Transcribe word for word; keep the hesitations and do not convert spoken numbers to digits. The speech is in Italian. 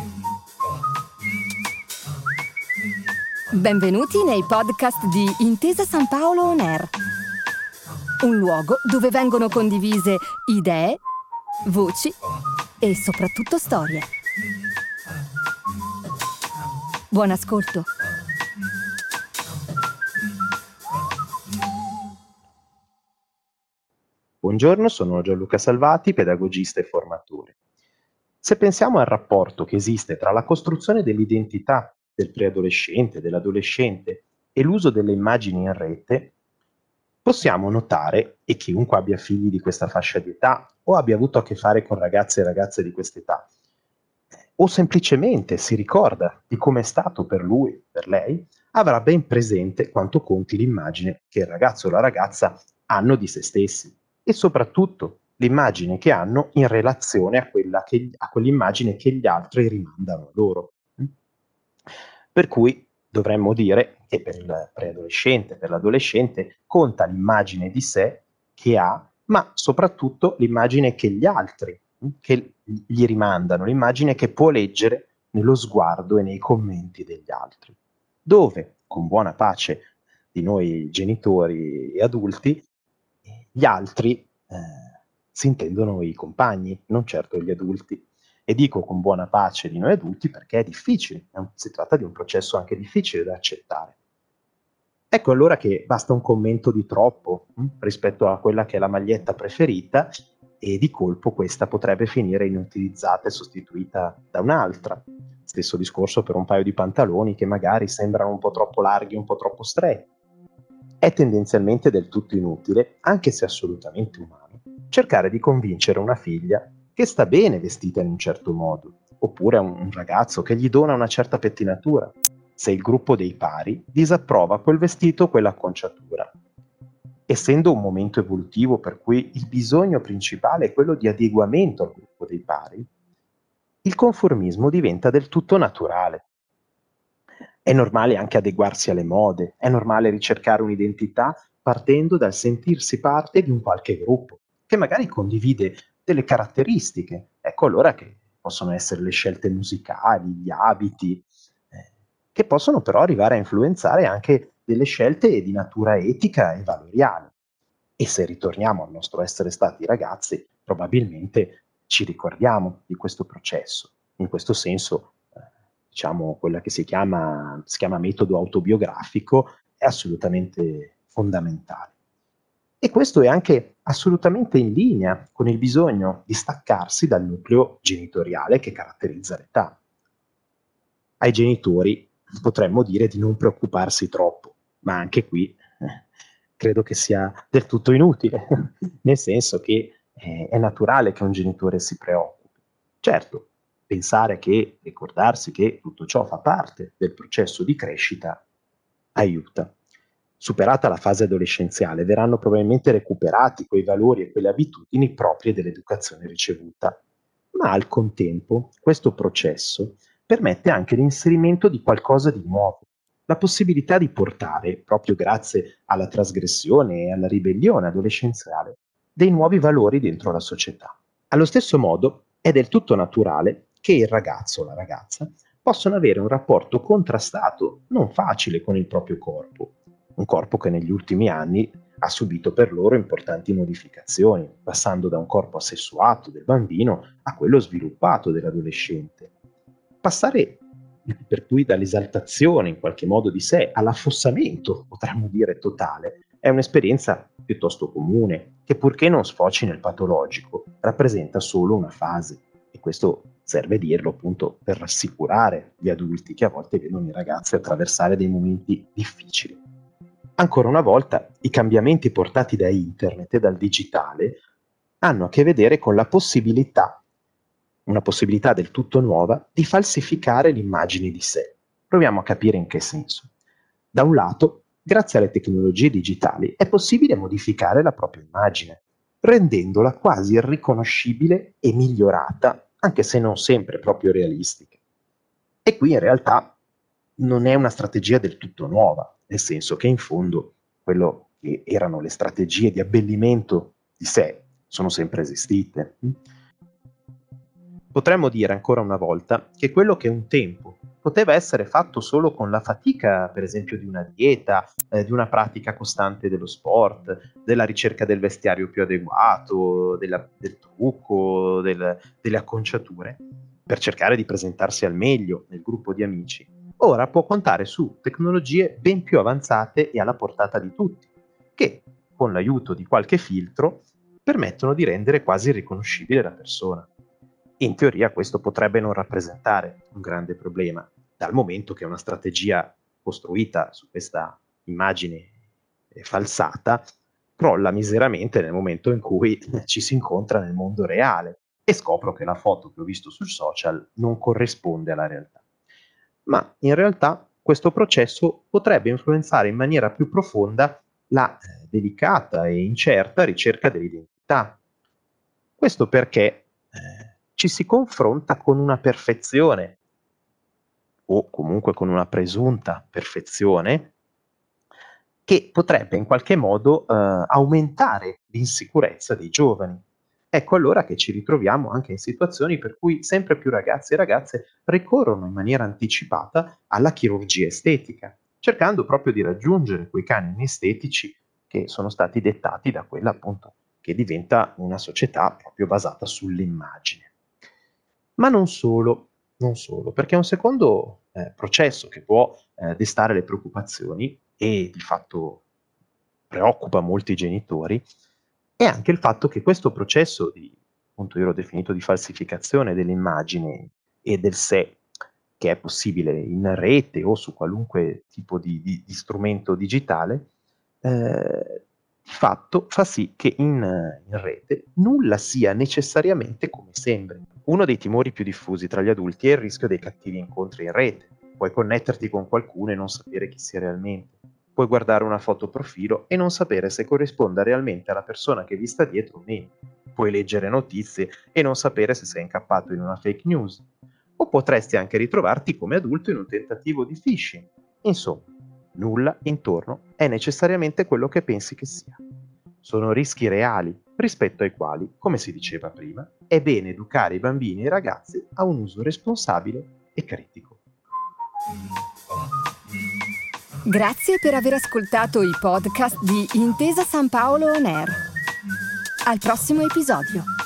Benvenuti nei podcast di Intesa San Paolo On Air, un luogo dove vengono condivise idee, voci e soprattutto storie. Buon ascolto. Buongiorno, sono Gianluca Salvati, pedagogista e formatore. Se pensiamo al rapporto che esiste tra la costruzione dell'identità del preadolescente, dell'adolescente e l'uso delle immagini in rete, possiamo notare, e chiunque abbia figli di questa fascia di età o abbia avuto a che fare con ragazzi e ragazze di questa età, o semplicemente si ricorda di come è stato per lui, per lei, avrà ben presente quanto conti l'immagine che il ragazzo o la ragazza hanno di se stessi e soprattutto l'immagine che hanno in relazione a, quella che, a quell'immagine che gli altri rimandano a loro. Per cui dovremmo dire che per il preadolescente, per l'adolescente, conta l'immagine di sé che ha, ma soprattutto l'immagine che gli altri che gli rimandano, l'immagine che può leggere nello sguardo e nei commenti degli altri, dove, con buona pace di noi genitori e adulti, gli altri eh, si intendono i compagni, non certo gli adulti. E dico con buona pace di noi adulti perché è difficile, è un, si tratta di un processo anche difficile da accettare. Ecco allora che basta un commento di troppo hm, rispetto a quella che è la maglietta preferita e di colpo questa potrebbe finire inutilizzata e sostituita da un'altra. Stesso discorso per un paio di pantaloni che magari sembrano un po' troppo larghi, un po' troppo stretti. È tendenzialmente del tutto inutile, anche se assolutamente umano, cercare di convincere una figlia che sta bene vestita in un certo modo, oppure a un ragazzo che gli dona una certa pettinatura, se il gruppo dei pari disapprova quel vestito o quell'acconciatura. Essendo un momento evolutivo per cui il bisogno principale è quello di adeguamento al gruppo dei pari, il conformismo diventa del tutto naturale. È normale anche adeguarsi alle mode, è normale ricercare un'identità partendo dal sentirsi parte di un qualche gruppo, che magari condivide delle caratteristiche. Ecco allora che possono essere le scelte musicali, gli abiti, eh, che possono però arrivare a influenzare anche delle scelte di natura etica e valoriale. E se ritorniamo al nostro essere stati ragazzi, probabilmente ci ricordiamo di questo processo. In questo senso, eh, diciamo, quella che si chiama, si chiama metodo autobiografico è assolutamente fondamentale. E questo è anche assolutamente in linea con il bisogno di staccarsi dal nucleo genitoriale che caratterizza l'età. Ai genitori potremmo dire di non preoccuparsi troppo, ma anche qui eh, credo che sia del tutto inutile, nel senso che eh, è naturale che un genitore si preoccupi. Certo, pensare che, ricordarsi che tutto ciò fa parte del processo di crescita aiuta. Superata la fase adolescenziale, verranno probabilmente recuperati quei valori e quelle abitudini proprie dell'educazione ricevuta. Ma al contempo, questo processo permette anche l'inserimento di qualcosa di nuovo, la possibilità di portare, proprio grazie alla trasgressione e alla ribellione adolescenziale, dei nuovi valori dentro la società. Allo stesso modo, è del tutto naturale che il ragazzo o la ragazza possano avere un rapporto contrastato, non facile con il proprio corpo, un corpo che negli ultimi anni ha subito per loro importanti modificazioni, passando da un corpo assessuato del bambino a quello sviluppato dell'adolescente. Passare per cui dall'esaltazione in qualche modo di sé all'affossamento, potremmo dire totale, è un'esperienza piuttosto comune, che purché non sfoci nel patologico, rappresenta solo una fase. E questo serve dirlo appunto per rassicurare gli adulti che a volte vedono i ragazzi attraversare dei momenti difficili. Ancora una volta, i cambiamenti portati da internet e dal digitale hanno a che vedere con la possibilità, una possibilità del tutto nuova, di falsificare l'immagine di sé. Proviamo a capire in che senso. Da un lato, grazie alle tecnologie digitali è possibile modificare la propria immagine, rendendola quasi irriconoscibile e migliorata, anche se non sempre proprio realistica. E qui in realtà non è una strategia del tutto nuova, nel senso che in fondo quello che erano le strategie di abbellimento di sé sono sempre esistite. Potremmo dire ancora una volta che quello che un tempo poteva essere fatto solo con la fatica, per esempio, di una dieta, eh, di una pratica costante dello sport, della ricerca del vestiario più adeguato, della- del trucco, del- delle acconciature, per cercare di presentarsi al meglio nel gruppo di amici, ora può contare su tecnologie ben più avanzate e alla portata di tutti, che, con l'aiuto di qualche filtro, permettono di rendere quasi irriconoscibile la persona. In teoria questo potrebbe non rappresentare un grande problema, dal momento che una strategia costruita su questa immagine eh, falsata crolla miseramente nel momento in cui ci si incontra nel mondo reale e scopro che la foto che ho visto sul social non corrisponde alla realtà. Ma in realtà questo processo potrebbe influenzare in maniera più profonda la eh, delicata e incerta ricerca dell'identità. Questo perché eh, ci si confronta con una perfezione o comunque con una presunta perfezione che potrebbe in qualche modo eh, aumentare l'insicurezza dei giovani. Ecco allora che ci ritroviamo anche in situazioni per cui sempre più ragazzi e ragazze ricorrono in maniera anticipata alla chirurgia estetica, cercando proprio di raggiungere quei canoni estetici che sono stati dettati da quella appunto che diventa una società proprio basata sull'immagine. Ma non solo, non solo, perché un secondo eh, processo che può eh, destare le preoccupazioni e di fatto preoccupa molti genitori è anche il fatto che questo processo di, appunto io l'ho definito di falsificazione dell'immagine e del sé, che è possibile in rete o su qualunque tipo di, di- di strumento digitale, eh, di fatto fa sì che in, in rete nulla sia necessariamente come sembri. Uno dei timori più diffusi tra gli adulti è il rischio dei cattivi incontri in rete. Puoi connetterti con qualcuno e non sapere chi sia realmente. Puoi guardare una foto profilo e non sapere se corrisponda realmente alla persona che vi sta dietro o meno. Puoi leggere notizie e non sapere se sei incappato in una fake news. O potresti anche ritrovarti come adulto in un tentativo di phishing. Insomma, nulla intorno è necessariamente quello che pensi che sia. Sono rischi reali rispetto ai quali, come si diceva prima, è bene educare i bambini e i ragazzi a un uso responsabile e critico. Grazie per aver ascoltato i podcast di Intesa San Paolo On Air. Al prossimo episodio.